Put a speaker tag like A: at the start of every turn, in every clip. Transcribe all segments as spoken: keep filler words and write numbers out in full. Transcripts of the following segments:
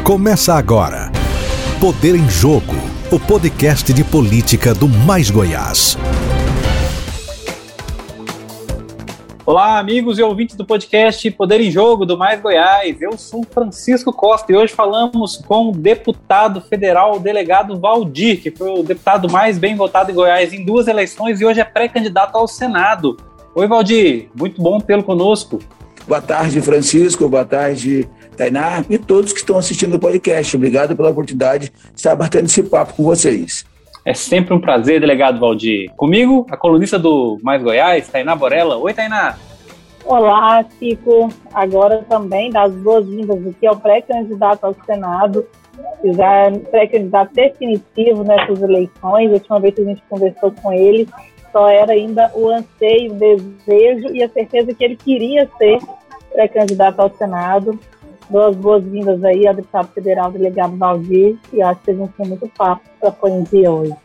A: Começa agora. Poder em Jogo, o podcast de política do Mais Goiás.
B: Olá, amigos e ouvintes do podcast Poder em Jogo do Mais Goiás. Eu sou Francisco Costa e hoje falamos com o deputado federal, o delegado Valdir, que foi o deputado mais bem votado em Goiás em duas eleições e hoje é pré-candidato ao Senado. Oi, Valdir, muito bom tê-lo conosco.
C: Boa tarde, Francisco, boa tarde, Tainá, e todos que estão assistindo o podcast. Obrigado pela oportunidade de estar batendo esse papo com vocês.
B: É sempre um prazer, delegado Valdir. Comigo, a colunista do Mais Goiás, Tainá Borella. Oi, Tainá.
D: Olá, Chico. Agora também dá as boas-vindas aqui ao pré-candidato ao Senado, já é pré-candidato definitivo nessas eleições. A última vez que a gente conversou com ele, só era ainda o anseio, o desejo e a certeza que ele queria ser pré-candidato ao Senado. Dou as boas-vindas aí ao deputado federal, delegado Valdir, e acho que a gente tem muito papo para pôr em dia hoje.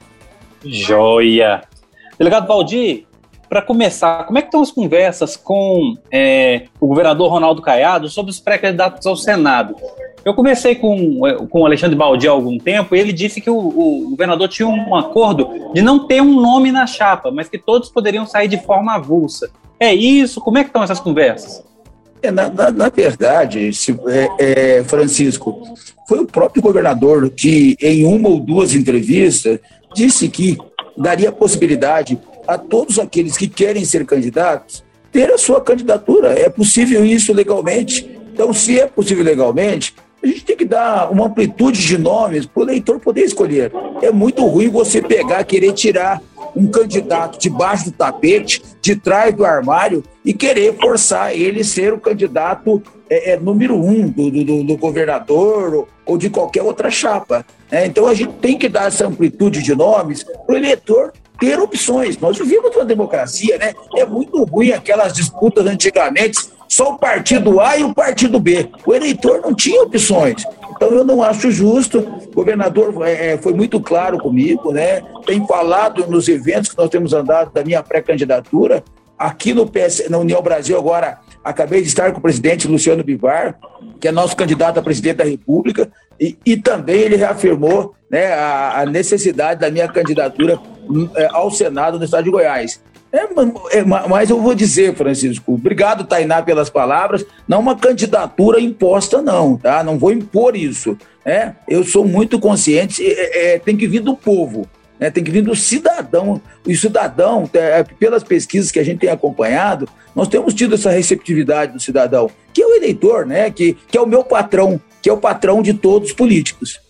B: Joia! Delegado Valdir, para começar, como é que estão as conversas com é, o governador Ronaldo Caiado sobre os pré-candidatos ao Senado? Eu conversei com, com o Alexandre Baldi há algum tempo e ele disse que o, o governador tinha um acordo de não ter um nome na chapa, mas que todos poderiam sair de forma avulsa. É isso? Como é que estão essas conversas?
C: É, na, na, na verdade, se, é, é, Francisco, foi o próprio governador que, em uma ou duas entrevistas, disse que daria possibilidade a todos aqueles que querem ser candidatos ter a sua candidatura. É possível isso legalmente. Então, se é possível legalmente, a gente tem que dar uma amplitude de nomes para o eleitor poder escolher. É muito ruim você pegar, querer tirar um candidato debaixo do tapete, de trás do armário, e querer forçar ele ser o candidato é, é, número um do, do, do governador ou, ou de qualquer outra chapa. Né? Então a gente tem que dar essa amplitude de nomes para o eleitor ter opções. Nós vivemos uma democracia, né? É muito ruim aquelas disputas antigamente, só o partido A e o partido B. O eleitor não tinha opções. Então eu não acho justo. O governador é, foi muito claro comigo, né? Tem falado nos eventos que nós temos andado da minha pré-candidatura. Aqui no P S, na União Brasil agora, acabei de estar com o presidente Luciano Bivar, que é nosso candidato a presidente da República, e, e também ele reafirmou, né, a, a necessidade da minha candidatura é, ao Senado do Estado de Goiás. É, é, mas eu vou dizer, Francisco, obrigado, Tainá, pelas palavras, não uma candidatura imposta, não, tá? Não vou impor isso, né? Eu sou muito consciente, é, é, tem que vir do povo, né? Tem que vir do cidadão. O cidadão, é, pelas pesquisas que a gente tem acompanhado, nós temos tido essa receptividade do cidadão, que é o eleitor, né? Que, que é o meu patrão, que é o patrão de todos os políticos.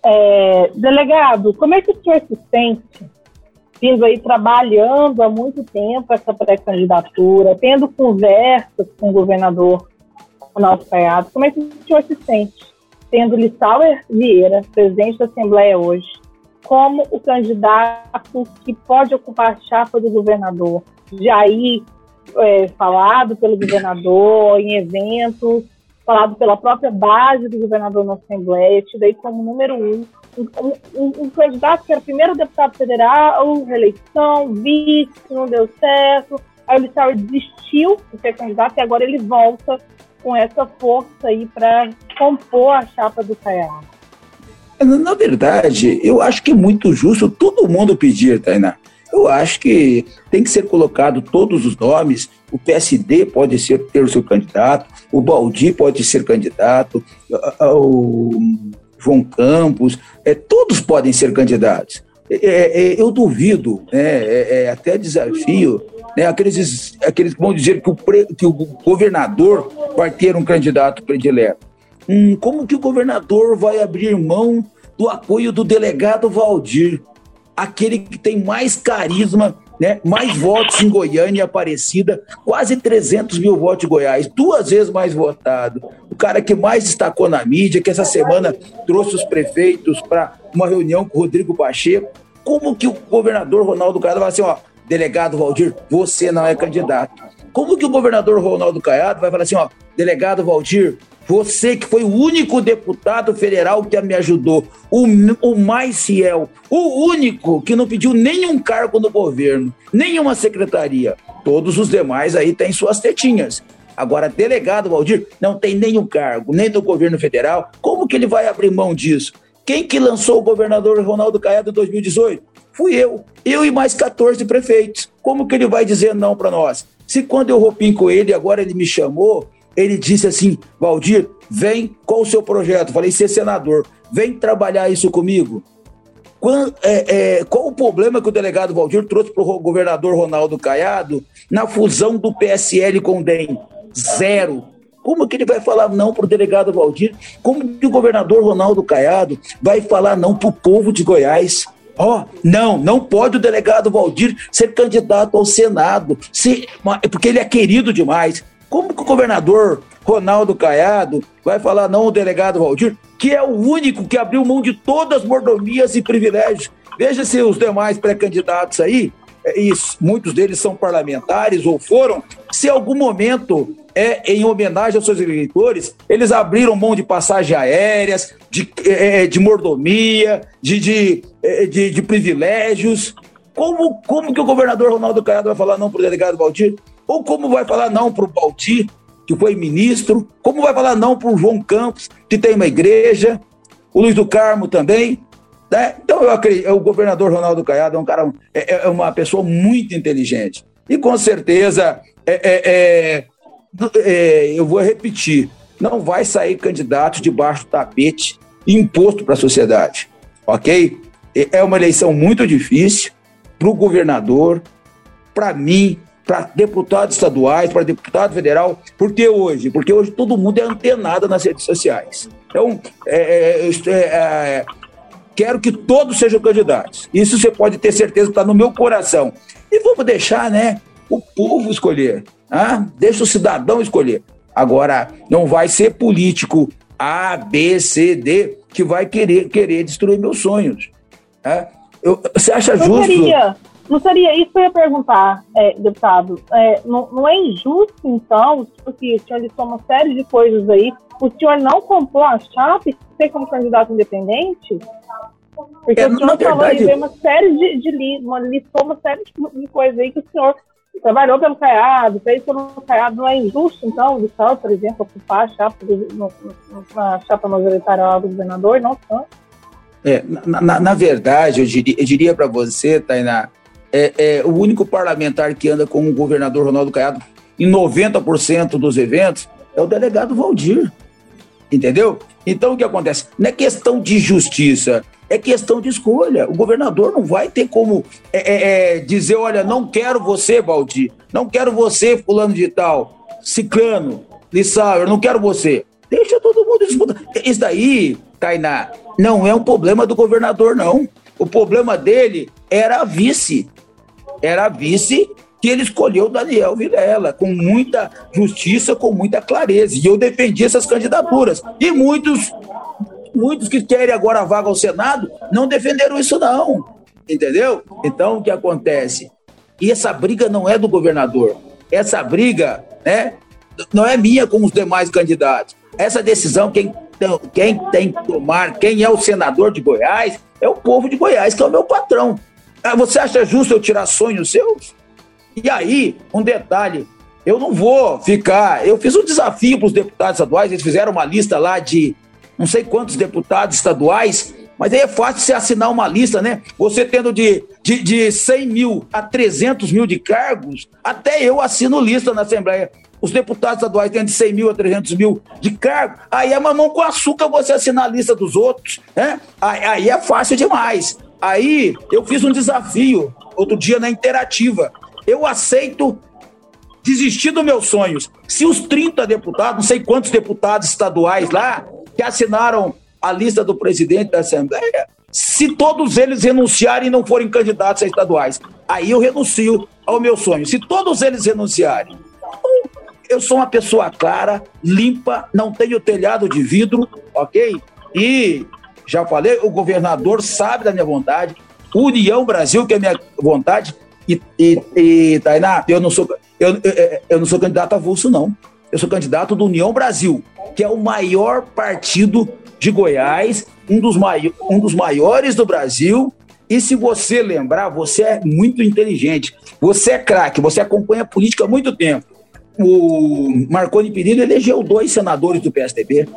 D: É, delegado, como é que o senhor se sente vindo aí trabalhando há muito tempo essa pré-candidatura, tendo conversas com o governador Ronaldo Caiado? Como é que o senhor se sente tendo Lissauer Vieira, presidente da Assembleia hoje, como o candidato que pode ocupar a chapa do governador? Já aí é, falado pelo governador em eventos, falado pela própria base do governador na Assembleia, tido aí como número um, um, um, um candidato que era primeiro deputado federal, reeleição, vice, não deu certo, aí o Lissauer desistiu de ser candidato e agora ele volta com essa força aí para compor a chapa do Caiado.
C: Na verdade, eu acho que é muito justo todo mundo pedir, Tainá. Eu acho que tem que ser colocado todos os nomes. O P S D pode ser, ter o seu candidato, o Baldi pode ser candidato, o João Campos, é, todos podem ser candidatos. É, é, eu duvido, né, é, é até desafio, né, aqueles, aqueles que vão dizer que o, pre, que o governador vai ter um candidato predileto. Hum, como que o governador vai abrir mão do apoio do delegado Valdir, aquele que tem mais carisma, né, mais votos em Goiânia e Aparecida, quase trezentos mil votos em Goiás, duas vezes mais votado, o cara que mais destacou na mídia, que essa semana trouxe os prefeitos para uma reunião com o Rodrigo Pacheco. Como que o governador Ronaldo Caiado vai assim, ó, delegado Valdir, você não é candidato? Como que o governador Ronaldo Caiado vai falar assim, ó, delegado Valdir, você que foi o único deputado federal que me ajudou, o, o mais fiel, o único que não pediu nenhum cargo no governo, nenhuma secretaria. Todos os demais aí têm suas tetinhas. Agora, delegado Valdir não tem nenhum cargo, nem no governo federal. Como que ele vai abrir mão disso? Quem que lançou o governador Ronaldo Caiado em dois mil e dezoito? Fui eu. Eu e mais quatorze prefeitos. Como que ele vai dizer não para nós? Se quando eu rompim com ele, agora ele me chamou, ele disse assim, Valdir, vem, qual o seu projeto? Falei, ser senador. Vem trabalhar isso comigo. Qual, é, é, qual o problema que o delegado Valdir trouxe para o governador Ronaldo Caiado na fusão do P S L com o D E M? Zero. Como que ele vai falar não para o delegado Valdir? Como que o governador Ronaldo Caiado vai falar não para o povo de Goiás? Ó, oh, não, não pode o delegado Valdir ser candidato ao Senado, se, porque ele é querido demais. Como que o governador Ronaldo Caiado vai falar não ao delegado Valdir, que é o único que abriu mão de todas as mordomias e privilégios? Veja se os demais pré-candidatos aí, e muitos deles são parlamentares ou foram, se em algum momento, é, em homenagem aos seus eleitores, eles abriram mão de passagens aéreas, de, é, de mordomia, de, de, de, de privilégios. Como, como que o governador Ronaldo Caiado vai falar não para o delegado Valdir? Ou como vai falar não para o Baldi, que foi ministro? Como vai falar não para o João Campos, que tem uma igreja? O Luiz do Carmo também? Né? Então, eu acredito, o governador Ronaldo Caiado é um cara, é, é uma pessoa muito inteligente. E com certeza, é, é, é, é, eu vou repetir, não vai sair candidato debaixo do tapete imposto para a sociedade, ok? É uma eleição muito difícil para o governador, para mim, para deputados estaduais, para deputado federal. Por que hoje? Porque hoje todo mundo é antenado nas redes sociais. Então, é, é, é, quero que todos sejam candidatos. Isso você pode ter certeza que está no meu coração. E vamos deixar, né, o povo escolher. Ah? Deixa o cidadão escolher. Agora, não vai ser político A, B, C, D que vai querer, querer destruir meus sonhos. Ah? Eu, você acha não justo? Seria,
D: não seria isso que eu ia perguntar, é, deputado. É, não, não é injusto, então, porque o senhor listou uma série de coisas aí, o senhor não comprou a chapa e ser como candidato independente? Porque é, o senhor falou verdade... uma série de, de uma, listou uma série de, de coisas aí que o senhor trabalhou pelo Caiado, fez pelo Caiado. Não é injusto, então, o senhor, por exemplo, ocupar a chapa, no, no, na chapa majoritária do governador? Não, não.
C: É, na, na, na verdade, eu diria, eu diria para você, Tainá, é, é, o único parlamentar que anda com o governador Ronaldo Caiado em noventa por cento dos eventos é o delegado Valdir, entendeu? Então, o que acontece? Não é questão de justiça, é questão de escolha. O governador não vai ter como é, é, é, dizer, olha, não quero você, Valdir, não quero você, fulano de tal, ciclano, Lissau, eu não quero você. Deixa todo mundo disputar. Isso daí, Tainá, não é um problema do governador, não. O problema dele era a vice. Era a vice que ele escolheu Daniel Vilela, com muita justiça, com muita clareza. E eu defendi essas candidaturas. E muitos, muitos que querem agora a vaga ao Senado não defenderam isso, não. Entendeu? Então, o que acontece? E essa briga não é do governador. Essa briga, né, não é minha como os demais candidatos. Essa decisão, quem, quem tem que tomar, quem é o senador de Goiás, é o povo de Goiás, que é o meu patrão. Você acha justo eu tirar sonhos seus? E aí, um detalhe, eu não vou ficar... Eu fiz um desafio para os deputados estaduais, eles fizeram uma lista lá de não sei quantos deputados estaduais, mas aí é fácil você assinar uma lista, né? Você tendo de, de, de cem mil a trezentos mil de cargos, até eu assino lista na Assembleia. Os deputados estaduais têm de cem mil a trezentos mil de cargo, aí é mamão com açúcar você assinar a lista dos outros, né? Aí, aí é fácil demais. Aí eu fiz um desafio outro dia na Interativa. Eu aceito desistir dos meus sonhos. Se os trinta deputados, não sei quantos deputados estaduais lá, que assinaram a lista do presidente da Assembleia, se todos eles renunciarem e não forem candidatos a estaduais, aí eu renuncio ao meu sonho. Se todos eles renunciarem, eu sou uma pessoa clara, limpa, não tenho telhado de vidro, ok? E, já falei, o governador sabe da minha vontade, União Brasil, que é a minha vontade, e, e, e Tainá, eu não sou, eu, eu, eu não sou candidato avulso, não. Eu sou candidato do União Brasil, que é o maior partido de Goiás, um dos, mai, um dos maiores do Brasil. E se você lembrar, você é muito inteligente, você é craque, você acompanha a política há muito tempo. o Marconi Perillo elegeu dois senadores do P S D B.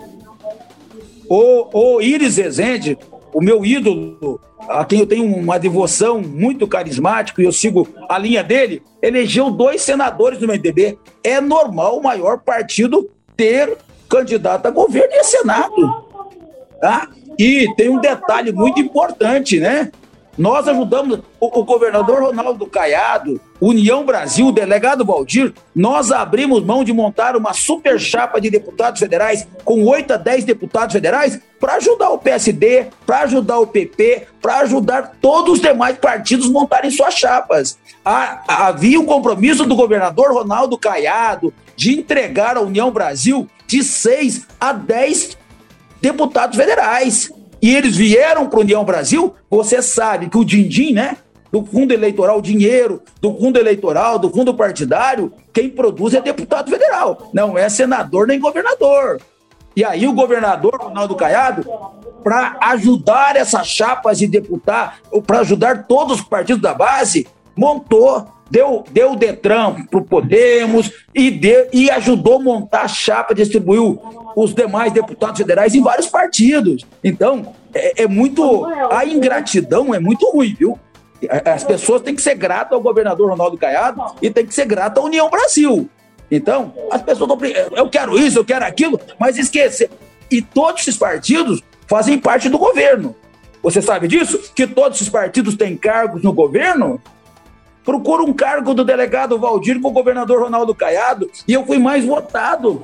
C: O, o Iris Rezende, o meu ídolo, a quem eu tenho uma devoção muito carismática e eu sigo a linha dele, elegeu dois senadores do M D B. É normal o maior partido ter candidato a governo e a Senado. Tá? E tem um detalhe muito importante, né? Nós ajudamos o, o governador Ronaldo Caiado, União Brasil, o delegado Valdir, nós abrimos mão de montar uma super chapa de deputados federais com oito a dez deputados federais para ajudar o P S D, para ajudar o P P, para ajudar todos os demais partidos a montarem suas chapas. Há, havia um compromisso do governador Ronaldo Caiado de entregar à União Brasil de seis a dez deputados federais. E eles vieram para a União Brasil, você sabe que o din-din, né, do fundo eleitoral, dinheiro do fundo eleitoral, do fundo partidário, quem produz é deputado federal, não é senador nem governador. E aí o governador Ronaldo Caiado, para ajudar essas chapas de deputado, para ajudar todos os partidos da base, montou, deu, deu o Detran para o Podemos e, deu, e ajudou a montar a chapa, distribuiu os demais deputados federais em vários partidos. Então, é, é muito... A ingratidão é muito ruim, viu? As pessoas têm que ser gratas ao governador Ronaldo Caiado e têm que ser gratas à União Brasil. Então, as pessoas não... Eu quero isso, eu quero aquilo, mas esquecer. E todos esses partidos fazem parte do governo. Você sabe disso? Que todos esses partidos têm cargos no governo? Procura um cargo do delegado Valdir com o governador Ronaldo Caiado e eu fui mais votado.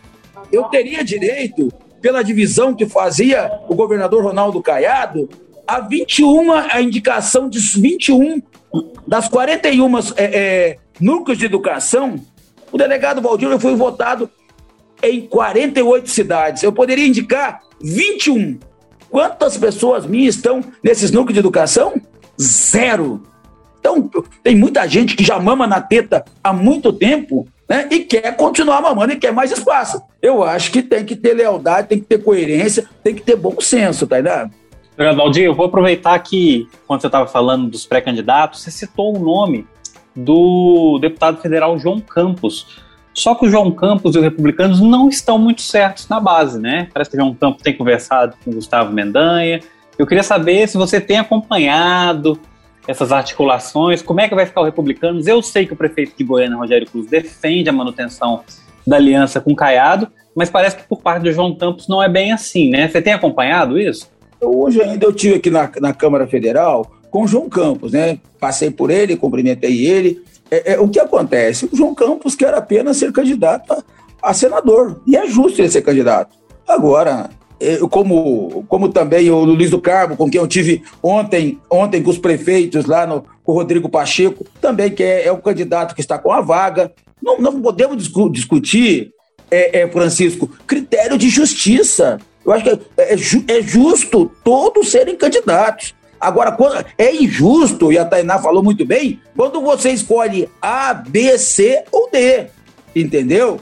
C: Eu teria direito, pela divisão que fazia o governador Ronaldo Caiado, a vinte e um, a indicação de vinte e um das quarenta e um é, é, núcleos de educação, o delegado Valdir eu fui votado em quarenta e oito cidades. Eu poderia indicar vinte e um. Quantas pessoas minhas estão nesses núcleos de educação? Zero. Então, tem muita gente que já mama na teta há muito tempo, né, e quer continuar mamando e quer mais espaço. Eu acho que tem que ter lealdade, tem que ter coerência, tem que ter bom senso, tá ligado?
B: Valdir, eu vou aproveitar que, quando você estava falando dos pré-candidatos, você citou o nome do deputado federal João Campos. Só que o João Campos e os republicanos não estão muito certos na base, né? Parece que o João Campos tem conversado com o Gustavo Mendanha. Eu queria saber se você tem acompanhado essas articulações, como é que vai ficar o Republicanos. Eu sei que o prefeito de Goiânia, Rogério Cruz, defende a manutenção da aliança com o Caiado, mas parece que por parte do João Campos não é bem assim, né? Você tem acompanhado isso?
C: Hoje ainda eu estive aqui na, na Câmara Federal com o João Campos, né? Passei por ele, cumprimentei ele. É, é, o que acontece? O João Campos quer apenas ser candidato a, a senador, e é justo ele ser candidato. Agora... Eu, como, como também o Luiz do Carmo, com quem eu tive ontem, ontem com os prefeitos lá, no, com o Rodrigo Pacheco, também que é, é um candidato que está com a vaga. Não, não podemos discu- discutir, é, é, Francisco, critério de justiça. Eu acho que é, é, ju- é justo todos serem candidatos. Agora, quando, é injusto, e a Tainá falou muito bem, quando você escolhe A, B, C ou D, entendeu?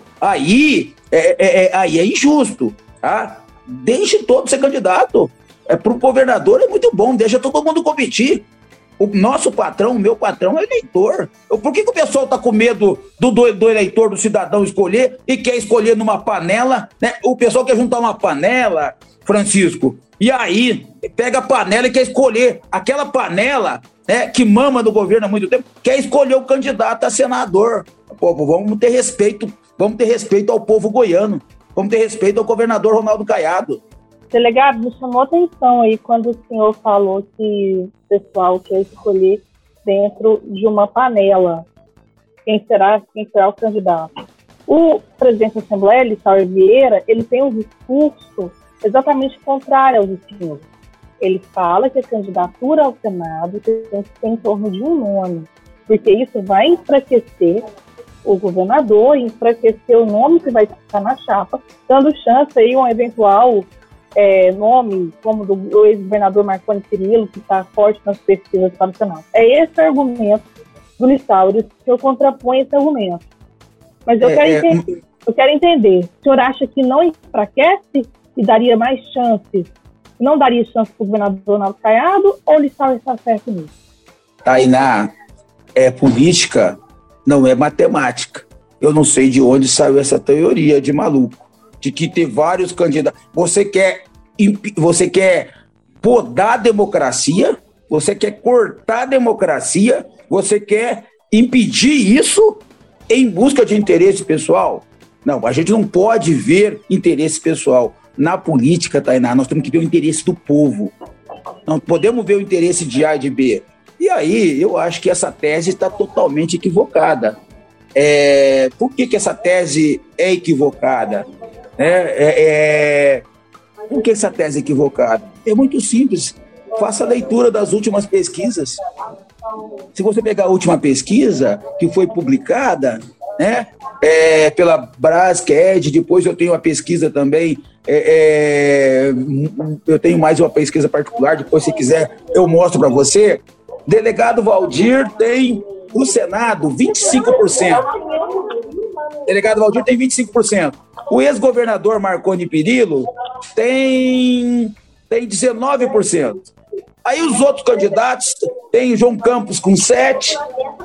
C: Aí é, é, é, aí é injusto, tá? Deixe todo ser candidato. É, para o governador é muito bom, deixa todo mundo competir. O nosso patrão, o meu patrão é eleitor. Eu, por que, que o pessoal está com medo do, do, do eleitor, do cidadão escolher e quer escolher numa panela, né? O pessoal quer juntar uma panela, Francisco, e aí pega a panela e quer escolher. Aquela panela, né, que mama do governo há muito tempo, quer escolher o candidato a senador. Pô, vamos ter respeito, vamos ter respeito ao povo goiano. Vamos ter respeito ao governador Ronaldo Caiado.
D: Delegado, me chamou a atenção aí quando o senhor falou que o pessoal quer escolher dentro de uma panela quem será, quem será o candidato. O presidente da Assembleia, Lissauer Vieira, ele tem um discurso exatamente contrário aos senhores. Ele fala que a candidatura ao Senado tem que ser em torno de um nome, porque isso vai enfraquecer o governador, enfraquecer o nome que vai estar na chapa, dando chance aí a um eventual é, nome, como do ex-governador Marconi Perillo, que está forte nas pesquisas para o Senado. É esse argumento do Lissauer que eu contraponho esse argumento. Mas eu, é, quero, é... entender, eu quero entender, o senhor acha que não enfraquece e daria mais chances, não daria chance para o governador Ronaldo Caiado, ou o Lissauer está certo nisso?
C: Tainá, é política... não é matemática. Eu não sei de onde saiu essa teoria de maluco, de que ter vários candidatos. Você quer, você quer podar a democracia, você quer cortar a democracia, você quer impedir isso em busca de interesse pessoal? Não, a gente não pode ver interesse pessoal. Na política, Tainá, nós temos que ver o interesse do povo. Não podemos ver o interesse de A e de B. E aí, eu acho que essa tese está totalmente equivocada. É, por que, que essa tese é equivocada? É, é, é, por que essa tese é equivocada? É muito simples. Faça a leitura das últimas pesquisas. Se você pegar a última pesquisa que foi publicada, né, é, pela Braskem, depois eu tenho uma pesquisa também, é, é, eu tenho mais uma pesquisa particular, depois se quiser eu mostro para você. Delegado Valdir tem no Senado vinte e cinco por cento. Delegado Valdir tem vinte e cinco por cento. O ex-governador Marconi Perillo tem, tem dezenove por cento. Aí os outros candidatos, tem João Campos com sete,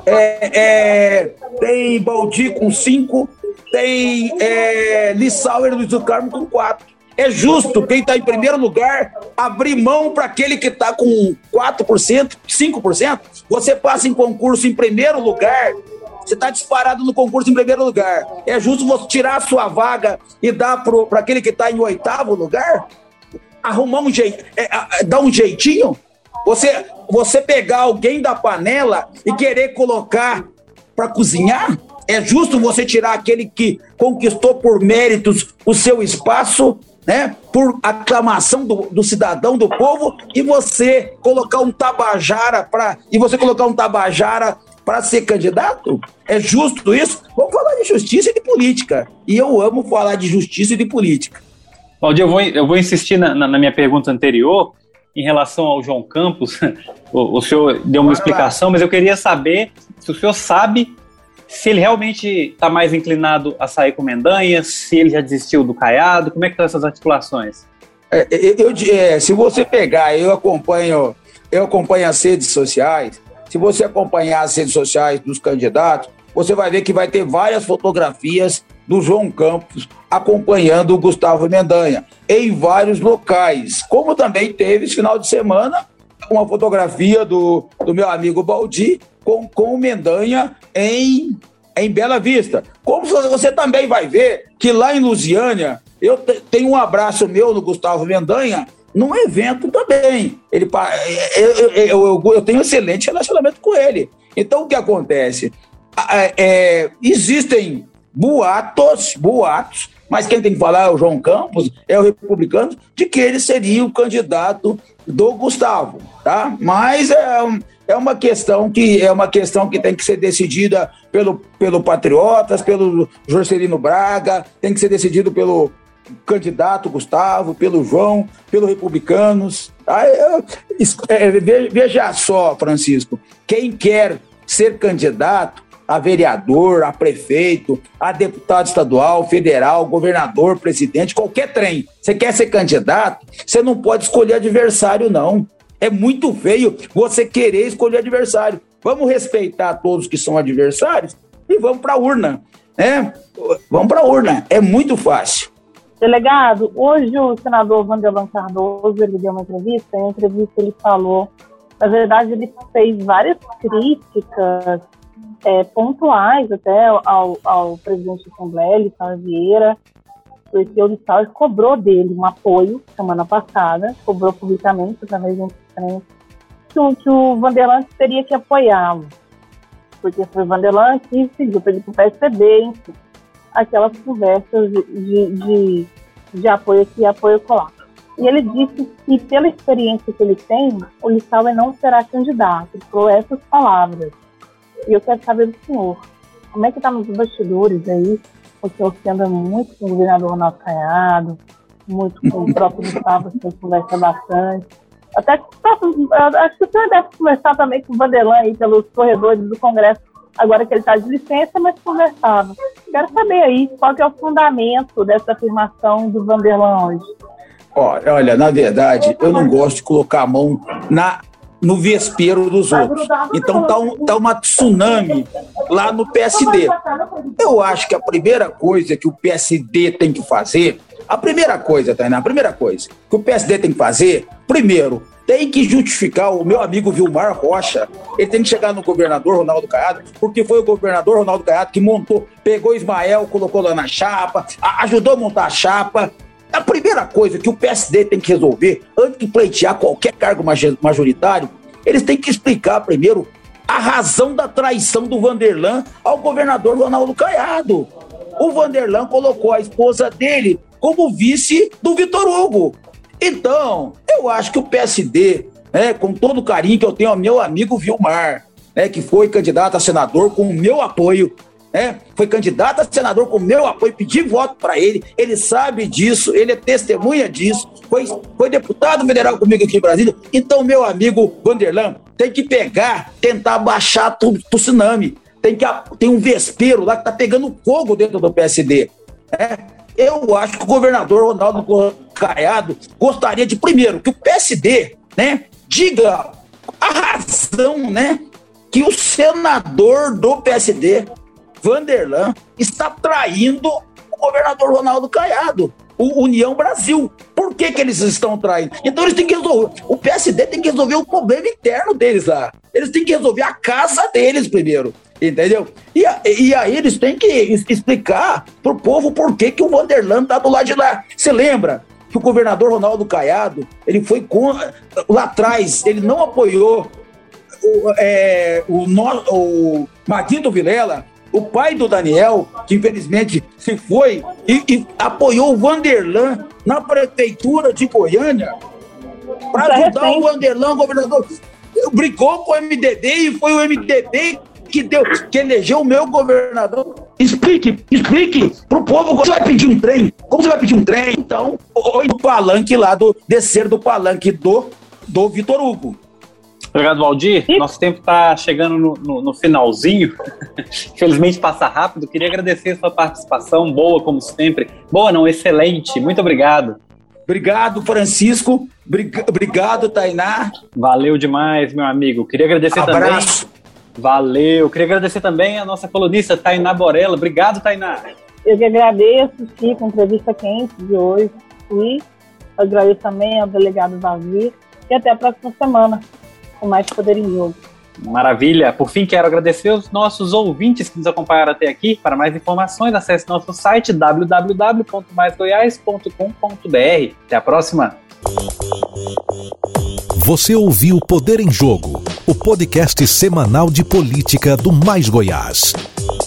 C: é, é, tem Baldi com cinco, tem é, Lissauer e Luiz do Carmo com quatro. É justo quem está em primeiro lugar abrir mão para aquele que está com quatro por cento, cinco por cento? Você passa em concurso em primeiro lugar, você está disparado no concurso em primeiro lugar. É justo você tirar a sua vaga e dar para aquele que está em oitavo lugar? Arrumar um jeito, é, é, dar um jeitinho? Você, você pegar alguém da panela e querer colocar para cozinhar? É justo você tirar aquele que conquistou por méritos o seu espaço, né, por aclamação do, do cidadão, do povo, e você colocar um tabajara para e você colocar um tabajara para ser candidato? É justo isso? Vamos falar de justiça e de política. E eu amo falar de justiça e de política.
B: Valdir, eu vou, eu vou insistir na, na minha pergunta anterior em relação ao João Campos. O, o senhor deu uma Vai explicação, lá. Mas eu queria saber se o senhor sabe se ele realmente está mais inclinado a sair com Mendanha, se ele já desistiu do Caiado, como é que estão essas articulações?
C: É, eu, é, se você pegar, eu acompanho, eu acompanho as redes sociais, se você acompanhar as redes sociais dos candidatos, você vai ver que vai ter várias fotografias do João Campos acompanhando o Gustavo Mendanha em vários locais, como também teve esse final de semana uma fotografia do, do meu amigo Baldi com, com o Mendanha em, em Bela Vista. Como você também vai ver que lá em Lusiânia, eu te, tenho um abraço meu no Gustavo Mendanha num evento também. Ele, eu, eu, eu, eu tenho um excelente relacionamento com ele. Então, o que acontece? É, é, existem boatos, boatos, mas quem tem que falar é o João Campos, é o republicano, de que ele seria o candidato do Gustavo, tá? Mas é, é uma questão que é uma questão que tem que ser decidida pelo, pelo Patriotas, pelo Jorcelino Braga, tem que ser decidido pelo candidato Gustavo, pelo João, pelos republicanos. Tá? É, é, veja só, Francisco, quem quer ser candidato a vereador, a prefeito, a deputado estadual, federal, governador, presidente, qualquer trem. Você quer ser candidato, você não pode escolher adversário, não. É muito feio você querer escolher adversário. Vamos respeitar todos que são adversários e vamos para a urna, né? Vamos para a urna. É muito fácil.
D: Delegado, hoje o senador Vanderlan Cardoso, ele deu uma entrevista, e na entrevista ele falou, na verdade ele fez várias críticas É, pontuais até ao, ao presidente da Assembleia, Lissauer Vieira, porque o Lissauer cobrou dele um apoio semana passada, cobrou publicamente através de um frente, que o, que o Vanderlan teria que apoiá-lo, porque foi o Vanderlan que pediu para ele para o P S D B, enfim, aquelas conversas de, de, de, de apoio aqui e apoio colar. E ele disse que, pela experiência que ele tem, o Lissauer não será candidato, por essas palavras. E eu quero saber do senhor, como é que está nos bastidores aí? O senhor que anda muito com o governador Ronaldo Caiado, muito com o próprio Gustavo, que conversa bastante. Até que acho que o senhor deve conversar também com o Vanderlan aí pelos corredores do Congresso, agora que ele está de licença, mas conversava. Quero saber aí qual que é o fundamento dessa afirmação do Vanderlan hoje.
C: Olha, na verdade, eu não gosto de colocar a mão na no vespeiro dos outros. Então tá, um, tá uma tsunami lá no P S D. Eu acho que a primeira coisa que o P S D tem que fazer, a primeira coisa, Tainá, a primeira coisa que o P S D tem que fazer, primeiro, tem que justificar o meu amigo Vilmar Rocha. Ele tem que chegar no governador Ronaldo Caiado, porque foi o governador Ronaldo Caiado que montou, pegou Ismael, colocou lá na chapa, a, ajudou a montar a chapa. A primeira coisa que o P S D tem que resolver, antes de pleitear qualquer cargo majoritário, eles têm que explicar primeiro a razão da traição do Vanderlan ao governador Ronaldo Caiado. O Vanderlan colocou a esposa dele como vice do Vitor Hugo. Então, eu acho que o P S D, né, com todo o carinho que eu tenho ao meu amigo Vilmar, né, que foi candidato a senador com o meu apoio, né, foi candidato a senador com o meu apoio, pedi voto para ele, ele sabe disso, ele é testemunha disso, foi, foi deputado federal comigo aqui em Brasília. Então, meu amigo Vanderlan tem que pegar, tentar baixar o tsunami. Tem, que, tem um vespeiro lá que tá pegando fogo dentro do P S D, né? Eu acho que o governador Ronaldo Caiado gostaria de, primeiro, que o P S D, né, diga a razão, né, que o senador do P S D, Vanderlan, está traindo o governador Ronaldo Caiado, o União Brasil. Por que que eles estão traindo? Então eles têm que resolver, o P S D tem que resolver o problema interno deles lá. Eles têm que resolver a casa deles primeiro. Entendeu? E, e aí eles têm que explicar pro povo por que que o Vanderlan tá do lado de lá. Você lembra que o governador Ronaldo Caiado, ele foi com, lá atrás, ele não apoiou o, é, o, o Maguito Vilela, o pai do Daniel, que infelizmente se foi, e, e apoiou o Vanderlan na prefeitura de Goiânia para ajudar o Vanderlan, o governador. Brigou com o M D B e foi o M D B que, deu, que elegeu o meu governador. Explique, explique pro povo como você vai pedir um trem. Como você vai pedir um trem? Então, ou no palanque lá, do, descer do palanque do, do Vitor Hugo.
B: Obrigado, Valdir. Nosso tempo está chegando no, no, no finalzinho. Infelizmente passa rápido. Queria agradecer a sua participação, boa como sempre. Boa não, excelente. Muito obrigado.
C: Obrigado, Francisco. Obrigado, Tainá.
B: Valeu demais, meu amigo. Queria agradecer
C: Abraço.
B: também...
C: Abraço.
B: Valeu. Queria agradecer também a nossa colunista, Tainá Borella. Obrigado, Tainá.
D: Eu que agradeço, Chico, a entrevista quente de hoje. E agradeço também ao delegado Davi. E até a próxima semana, com mais Poder em Jogo.
B: Maravilha. Por fim, quero agradecer os nossos ouvintes que nos acompanharam até aqui. Para mais informações, acesse nosso site w w w ponto mais goiás ponto com ponto b r. Até a próxima.
A: Você ouviu Poder em Jogo, o podcast semanal de política do Mais Goiás.